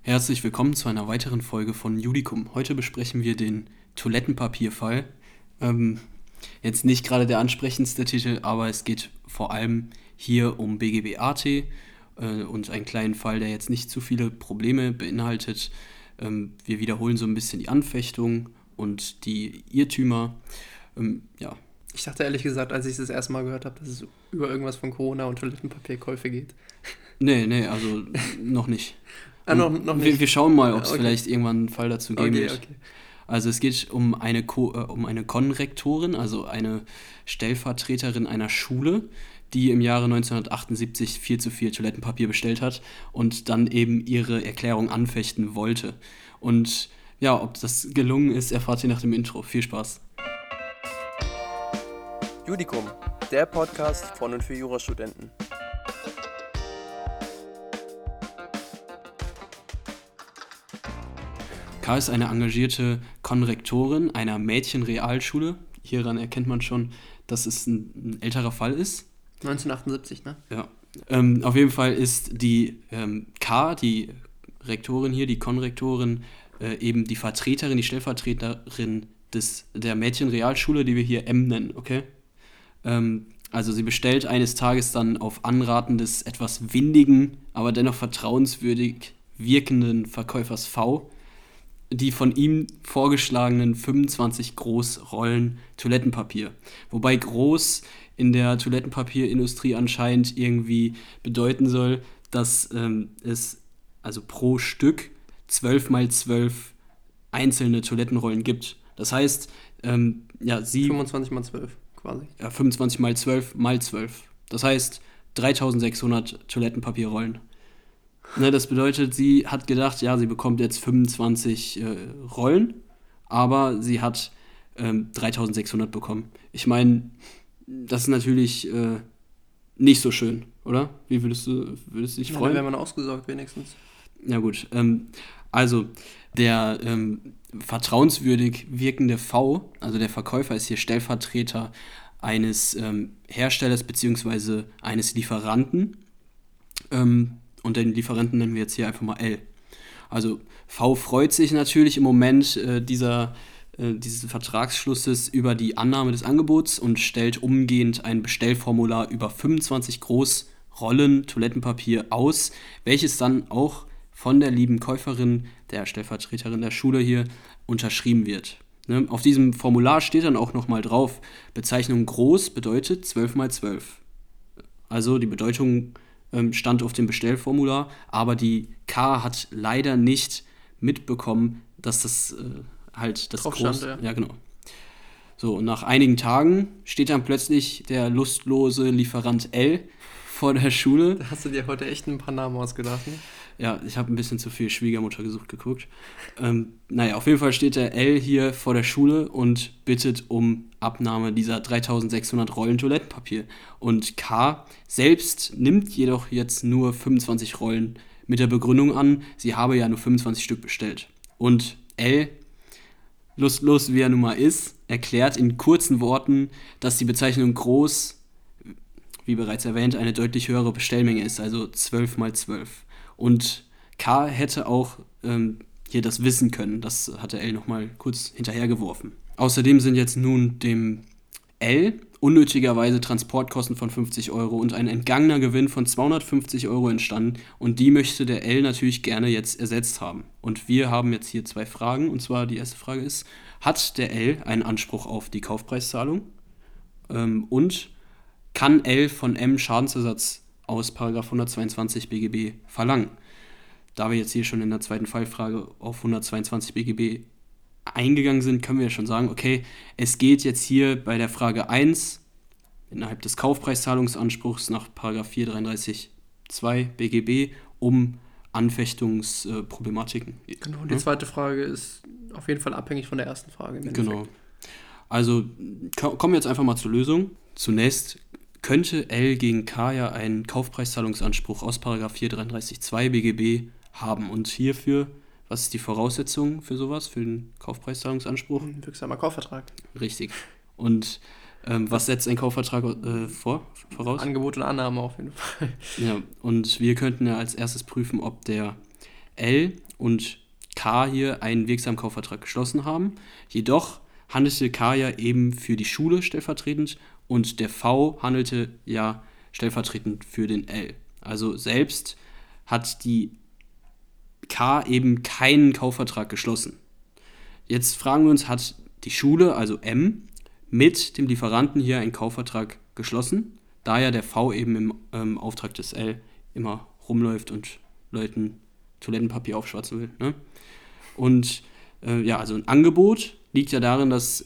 Herzlich willkommen zu einer weiteren Folge von Judikum. Heute besprechen wir den Toilettenpapierfall. Jetzt nicht gerade der ansprechendste Titel, aber es geht vor allem hier um BGB-AT und einen kleinen Fall, der jetzt nicht zu viele Probleme beinhaltet. Wir wiederholen so ein bisschen die Anfechtung und die Irrtümer. Ja. Ich dachte ehrlich gesagt, als ich es das erste Mal gehört habe, dass es über irgendwas von Corona und Toilettenpapierkäufe geht. Nee, also noch nicht. Noch nicht. Wir schauen mal, ob es Okay. vielleicht irgendwann einen Fall dazu geben wird. Okay. Also es geht um eine Konrektorin, also eine Stellvertreterin einer Schule, die im Jahre 1978 viel zu viel Toilettenpapier bestellt hat und dann eben ihre Erklärung anfechten wollte. Und ja, ob das gelungen ist, erfahrt ihr nach dem Intro. Viel Spaß. Judikum, der Podcast von und für Jurastudenten. K ist eine engagierte Konrektorin einer Mädchenrealschule. Hieran erkennt man schon, dass es ein älterer Fall ist. 1978, ne? Ja. Auf jeden Fall ist die K, die Rektorin hier, die Konrektorin, eben die Vertreterin, die Stellvertreterin der Mädchenrealschule, die wir hier M nennen, okay? Also sie bestellt eines Tages dann auf Anraten des etwas windigen, aber dennoch vertrauenswürdig wirkenden Verkäufers V die von ihm vorgeschlagenen 25 Großrollen Toilettenpapier. Wobei groß in der Toilettenpapierindustrie anscheinend irgendwie bedeuten soll, dass es also pro Stück 12 mal 12 einzelne Toilettenrollen gibt. Das heißt, sie... 25 mal 12 quasi. Ja, 25 mal 12 mal 12. Das heißt 3600 Toilettenpapierrollen. Ne, das bedeutet, sie hat gedacht, ja, sie bekommt jetzt 25 Rollen, aber sie hat 3600 bekommen. Ich meine, das ist natürlich nicht so schön, oder? Wie würdest du dich freuen? Da wäre man ausgesorgt wenigstens. Ja gut, also der vertrauenswürdig wirkende V, also der Verkäufer ist hier Stellvertreter eines Herstellers bzw. eines Lieferanten. Und den Lieferanten nennen wir jetzt hier einfach mal L. Also V freut sich natürlich im Moment dieses Vertragsschlusses über die Annahme des Angebots und stellt umgehend ein Bestellformular über 25 Großrollen Toilettenpapier aus, welches dann auch von der lieben Käuferin, der Stellvertreterin der Schule hier, unterschrieben wird. Ne? Auf diesem Formular steht dann auch nochmal drauf, Bezeichnung groß bedeutet 12 mal 12. Also die Bedeutung stand auf dem Bestellformular, aber die K hat leider nicht mitbekommen, dass das halt das Drauf stand, ja, genau. So, und nach einigen Tagen steht dann plötzlich der lustlose Lieferant L vor der Schule. Da hast du dir heute echt ein paar Namen ausgedacht, ne? Ja, ich habe ein bisschen zu viel Schwiegermutter geguckt. Auf jeden Fall steht der L hier vor der Schule und bittet um Abnahme dieser 3600 Rollen Toilettenpapier. Und K selbst nimmt jedoch jetzt nur 25 Rollen mit der Begründung an, sie habe ja nur 25 Stück bestellt. Und L, lustlos wie er nun mal ist, erklärt in kurzen Worten, dass die Bezeichnung groß, wie bereits erwähnt, eine deutlich höhere Bestellmenge ist, also 12 mal 12. Und K hätte auch hier das wissen können. Das hatte L nochmal kurz hinterhergeworfen. Außerdem sind jetzt nun dem L unnötigerweise Transportkosten von 50 Euro und ein entgangener Gewinn von 250 Euro entstanden. Und die möchte der L natürlich gerne jetzt ersetzt haben. Und wir haben jetzt hier 2 Fragen. Und zwar die erste Frage ist, hat der L einen Anspruch auf die Kaufpreiszahlung? Und kann L von M Schadensersatz aus § 122 BGB verlangen? Da wir jetzt hier schon in der zweiten Fallfrage auf 122 BGB eingegangen sind, können wir ja schon sagen, okay, es geht jetzt hier bei der Frage 1 innerhalb des Kaufpreiszahlungsanspruchs nach § 433 2 BGB um Anfechtungsproblematiken. Genau, und die zweite Frage ist auf jeden Fall abhängig von der ersten Frage. Genau. Also kommen wir jetzt einfach mal zur Lösung. Zunächst könnte L gegen K ja einen Kaufpreiszahlungsanspruch aus § 433 2 BGB haben. Und hierfür, was ist die Voraussetzung für sowas, für den Kaufpreiszahlungsanspruch? Ein wirksamer Kaufvertrag. Richtig. Und was setzt ein Kaufvertrag voraus? Angebot und Annahme auf jeden Fall. Ja, und wir könnten ja als erstes prüfen, ob der L und K hier einen wirksamen Kaufvertrag geschlossen haben. Jedoch handelte K ja eben für die Schule stellvertretend und der V handelte ja stellvertretend für den L. Also selbst hat die K eben keinen Kaufvertrag geschlossen. Jetzt fragen wir uns, hat die Schule, also M, mit dem Lieferanten hier einen Kaufvertrag geschlossen, da ja der V eben im Auftrag des L immer rumläuft und Leuten Toilettenpapier aufschwatzen will. Ne? Und also ein Angebot liegt ja darin, dass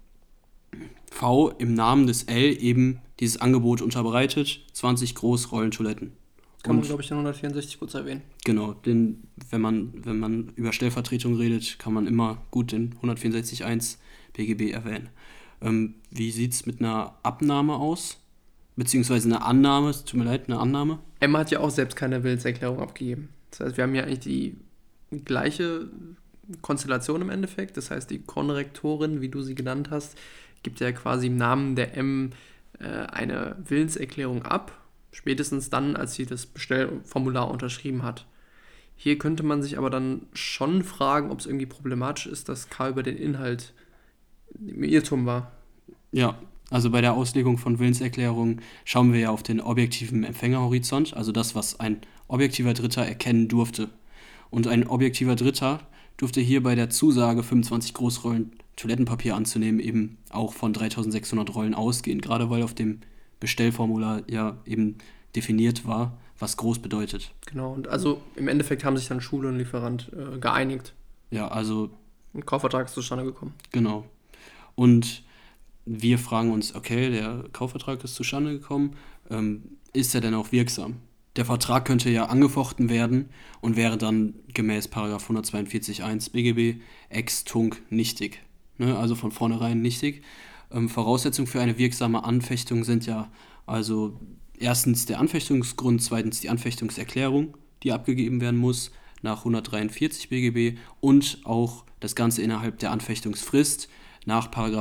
V im Namen des L eben dieses Angebot unterbreitet, 20 Großrollentoiletten. Kann man, glaube ich, in 164 kurz erwähnen. Genau, wenn man über Stellvertretung redet, kann man immer gut den 164.1 BGB erwähnen. Wie sieht es mit einer Abnahme aus? Beziehungsweise eine Annahme, es tut mir leid, eine Annahme? Emma hat ja auch selbst keine Willenserklärung abgegeben. Das heißt, wir haben ja eigentlich die gleiche Konstellation im Endeffekt. Das heißt, die Konrektorin, wie du sie genannt hast, gibt ja quasi im Namen der M eine Willenserklärung ab. Spätestens dann, als sie das Bestellformular unterschrieben hat. Hier könnte man sich aber dann schon fragen, ob es irgendwie problematisch ist, dass K über den Inhalt im Irrtum war. Ja, also bei der Auslegung von Willenserklärungen schauen wir ja auf den objektiven Empfängerhorizont, also das, was ein objektiver Dritter erkennen durfte. Und ein objektiver Dritter durfte hier bei der Zusage, 25 Großrollen Toilettenpapier anzunehmen, eben auch von 3600 Rollen ausgehen, gerade weil auf dem Bestellformular ja eben definiert war, was groß bedeutet. Genau, und also im Endeffekt haben sich dann Schule und Lieferant geeinigt. Ja, also... Ein Kaufvertrag ist zustande gekommen. Genau. Und wir fragen uns, okay, der Kaufvertrag ist zustande gekommen, ist er denn auch wirksam? Der Vertrag könnte ja angefochten werden und wäre dann gemäß § 142.1 BGB ex tunc nichtig. Ne? Also von vornherein nichtig. Voraussetzungen für eine wirksame Anfechtung sind ja also erstens der Anfechtungsgrund, zweitens die Anfechtungserklärung, die abgegeben werden muss nach 143 BGB und auch das Ganze innerhalb der Anfechtungsfrist nach §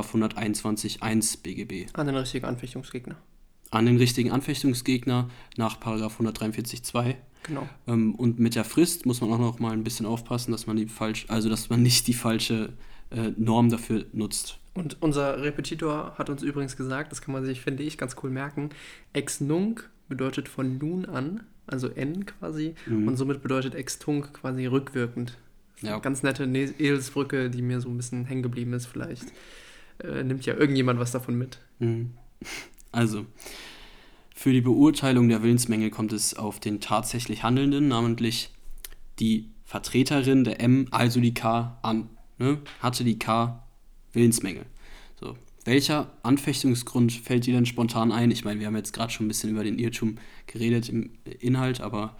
121.1 BGB. An den richtigen Anfechtungsgegner. An den richtigen Anfechtungsgegner nach § 143.2. Genau. Und mit der Frist muss man auch noch mal ein bisschen aufpassen, dass man nicht die falsche Norm dafür nutzt. Und unser Repetitor hat uns übrigens gesagt, das kann man sich, finde ich, ganz cool merken, ex nunc bedeutet von nun an, also N quasi, und somit bedeutet ex tunc quasi rückwirkend. Ja. Eine ganz nette Eselsbrücke, die mir so ein bisschen hängen geblieben ist. Vielleicht nimmt ja irgendjemand was davon mit. Also, für die Beurteilung der Willensmängel kommt es auf den tatsächlich Handelnden, namentlich die Vertreterin der M, also die K, an. Ne? Hatte die K Willensmängel. So. Welcher Anfechtungsgrund fällt dir denn spontan ein? Ich meine, wir haben jetzt gerade schon ein bisschen über den Irrtum geredet im Inhalt, aber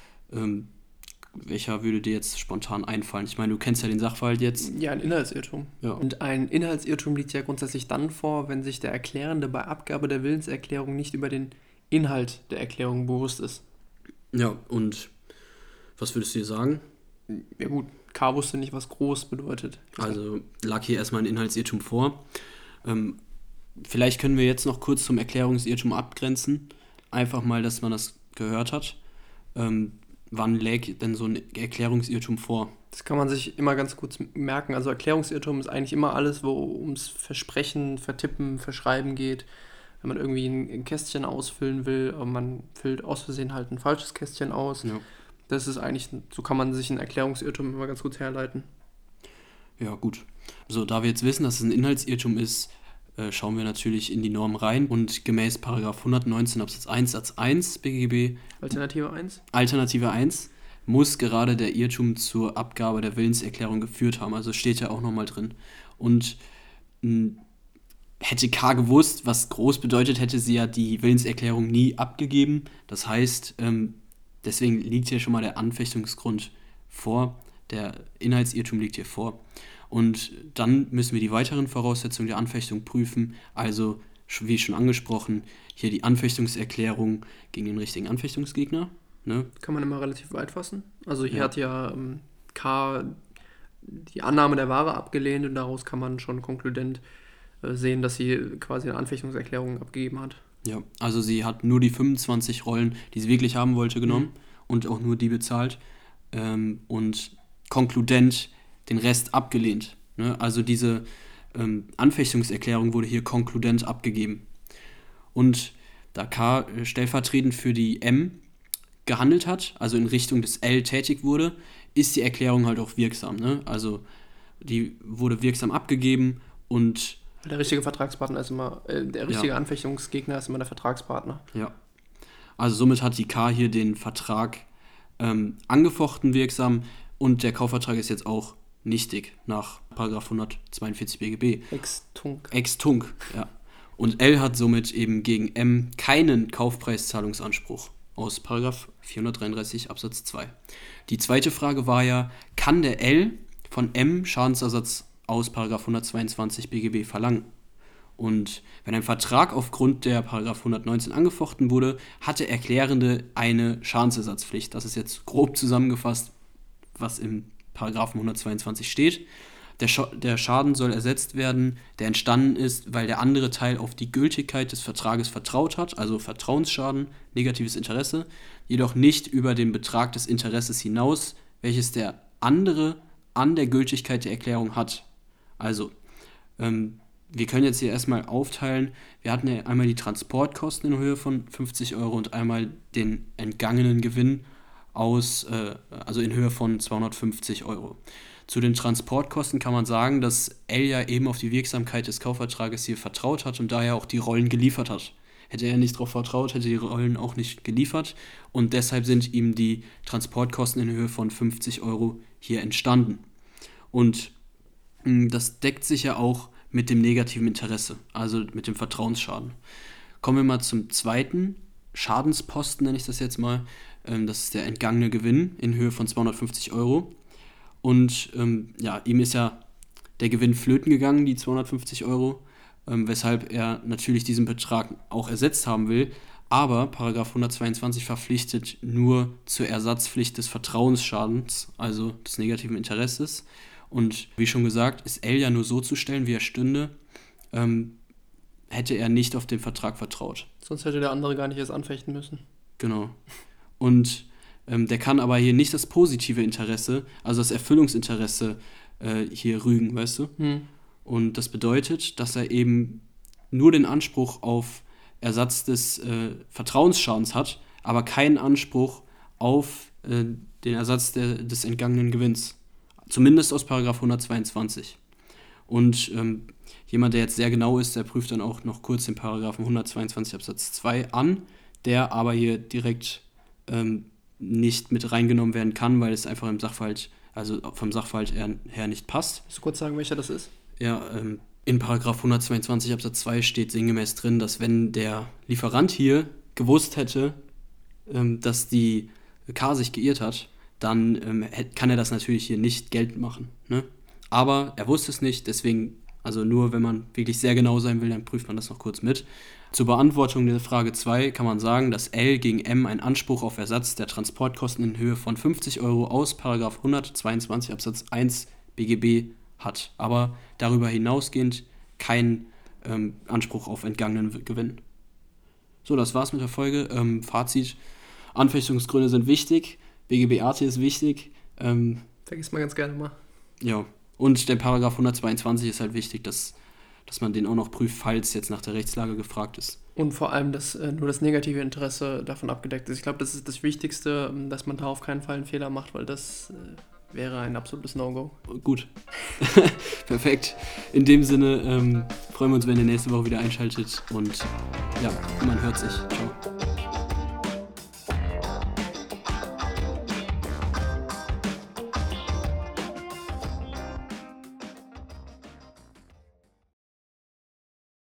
welcher würde dir jetzt spontan einfallen? Ich meine, du kennst ja den Sachverhalt jetzt. Ja, ein Inhaltsirrtum. Ja. Und ein Inhaltsirrtum liegt ja grundsätzlich dann vor, wenn sich der Erklärende bei Abgabe der Willenserklärung nicht über den Inhalt der Erklärung bewusst ist. Ja, und was würdest du dir sagen? Ja gut, K wusste nicht, was groß bedeutet. Also lag hier erstmal ein Inhaltsirrtum vor. Vielleicht können wir jetzt noch kurz zum Erklärungsirrtum abgrenzen. Einfach mal, dass man das gehört hat. Wann lägt denn so ein Erklärungsirrtum vor? Das kann man sich immer ganz kurz merken. Also Erklärungsirrtum ist eigentlich immer alles, wo ums Versprechen, Vertippen, Verschreiben geht. Wenn man irgendwie ein Kästchen ausfüllen will, aber man füllt aus Versehen halt ein falsches Kästchen aus. Ja. Das ist eigentlich, so kann man sich einen Erklärungsirrtum immer ganz gut herleiten. Ja, gut. So, da wir jetzt wissen, dass es ein Inhaltsirrtum ist, schauen wir natürlich in die Norm rein und gemäß § 119 Absatz 1 Satz 1 BGB Alternative 1 muss gerade der Irrtum zur Abgabe der Willenserklärung geführt haben. Also steht ja auch nochmal drin. Und hätte K gewusst, was groß bedeutet, hätte sie ja die Willenserklärung nie abgegeben. Das heißt, deswegen liegt hier schon mal der Anfechtungsgrund vor. Der Inhaltsirrtum liegt hier vor. Und dann müssen wir die weiteren Voraussetzungen der Anfechtung prüfen. Also, wie schon angesprochen, hier die Anfechtungserklärung gegen den richtigen Anfechtungsgegner. Ne? Kann man immer relativ weit fassen. Also hier hat ja K die Annahme der Ware abgelehnt und daraus kann man schon konkludent sehen, dass sie quasi eine Anfechtungserklärung abgegeben hat. Ja, also sie hat nur die 25 Rollen, die sie wirklich haben wollte, genommen und auch nur die bezahlt. Und konkludent den Rest abgelehnt. Ne? Also diese Anfechtungserklärung wurde hier konkludent abgegeben. Und da K stellvertretend für die M gehandelt hat, also in Richtung des L tätig wurde, ist die Erklärung halt auch wirksam. Ne? Also die wurde wirksam abgegeben und der richtige Vertragspartner ist immer, der richtige Anfechtungsgegner ist immer der Vertragspartner. Ja. Also somit hat die K hier den Vertrag angefochten wirksam und der Kaufvertrag ist jetzt auch nichtig nach § 142 BGB. Ex-tunc, ja. Und L hat somit eben gegen M keinen Kaufpreiszahlungsanspruch aus § 433 Absatz 2. Die zweite Frage war ja, kann der L von M Schadensersatz aus § 122 BGB verlangen? Und wenn ein Vertrag aufgrund der § 119 angefochten wurde, hat der Erklärende eine Schadensersatzpflicht. Das ist jetzt grob zusammengefasst, was im § 122 steht. Der Schaden soll ersetzt werden, der entstanden ist, weil der andere Teil auf die Gültigkeit des Vertrages vertraut hat, also Vertrauensschaden, negatives Interesse, jedoch nicht über den Betrag des Interesses hinaus, welches der andere an der Gültigkeit der Erklärung hat. Also, wir können jetzt hier erstmal aufteilen, wir hatten ja einmal die Transportkosten in Höhe von 50 Euro und einmal den entgangenen Gewinn also in Höhe von 250 Euro. Zu den Transportkosten kann man sagen, dass L ja eben auf die Wirksamkeit des Kaufvertrages hier vertraut hat und daher auch die Rollen geliefert hat. Hätte er nicht darauf vertraut, hätte die Rollen auch nicht geliefert und deshalb sind ihm die Transportkosten in Höhe von 50 Euro hier entstanden. Und das deckt sich ja auch mit dem negativen Interesse, also mit dem Vertrauensschaden. Kommen wir mal zum zweiten Schadensposten, nenne ich das jetzt mal. Das ist der entgangene Gewinn in Höhe von 250 Euro. Und ihm ist ja der Gewinn flöten gegangen, die 250 Euro, weshalb er natürlich diesen Betrag auch ersetzt haben will. Aber § 122 verpflichtet nur zur Ersatzpflicht des Vertrauensschadens, also des negativen Interesses. Und wie schon gesagt, ist L ja nur so zu stellen, wie er stünde, hätte er nicht auf den Vertrag vertraut. Sonst hätte der andere gar nicht erst anfechten müssen. Genau. Und der kann aber hier nicht das positive Interesse, also das Erfüllungsinteresse hier rügen, weißt du? Und das bedeutet, dass er eben nur den Anspruch auf Ersatz des Vertrauensschadens hat, aber keinen Anspruch auf den Ersatz des entgangenen Gewinns. Zumindest aus § 122. Und jemand, der jetzt sehr genau ist, der prüft dann auch noch kurz den § 122 Absatz 2 an, der aber hier direkt nicht mit reingenommen werden kann, weil es einfach vom Sachverhalt her nicht passt. Willst du kurz sagen, welcher das ist? Ja, in § 122 Absatz 2 steht sinngemäß drin, dass wenn der Lieferant hier gewusst hätte, dass die K sich geirrt hat, dann kann er das natürlich hier nicht geltend machen. Ne? Aber er wusste es nicht, deswegen, also nur wenn man wirklich sehr genau sein will, dann prüft man das noch kurz mit. Zur Beantwortung der Frage 2 kann man sagen, dass L gegen M einen Anspruch auf Ersatz der Transportkosten in Höhe von 50 Euro aus § 122 Absatz 1 BGB hat, aber darüber hinausgehend keinen Anspruch auf entgangenen Gewinn. So, das war's mit der Folge. Fazit: Anfechtungsgründe sind wichtig, BGB-AT ist wichtig. Vergiss mal ganz gerne mal. Ja, und der § 122 ist halt wichtig, dass man den auch noch prüft, falls jetzt nach der Rechtslage gefragt ist. Und vor allem, dass nur das negative Interesse davon abgedeckt ist. Ich glaube, das ist das Wichtigste, dass man da auf keinen Fall einen Fehler macht, weil das wäre ein absolutes No-Go. Gut. Perfekt. In dem Sinne freuen wir uns, wenn ihr nächste Woche wieder einschaltet und ja, man hört sich. Ciao.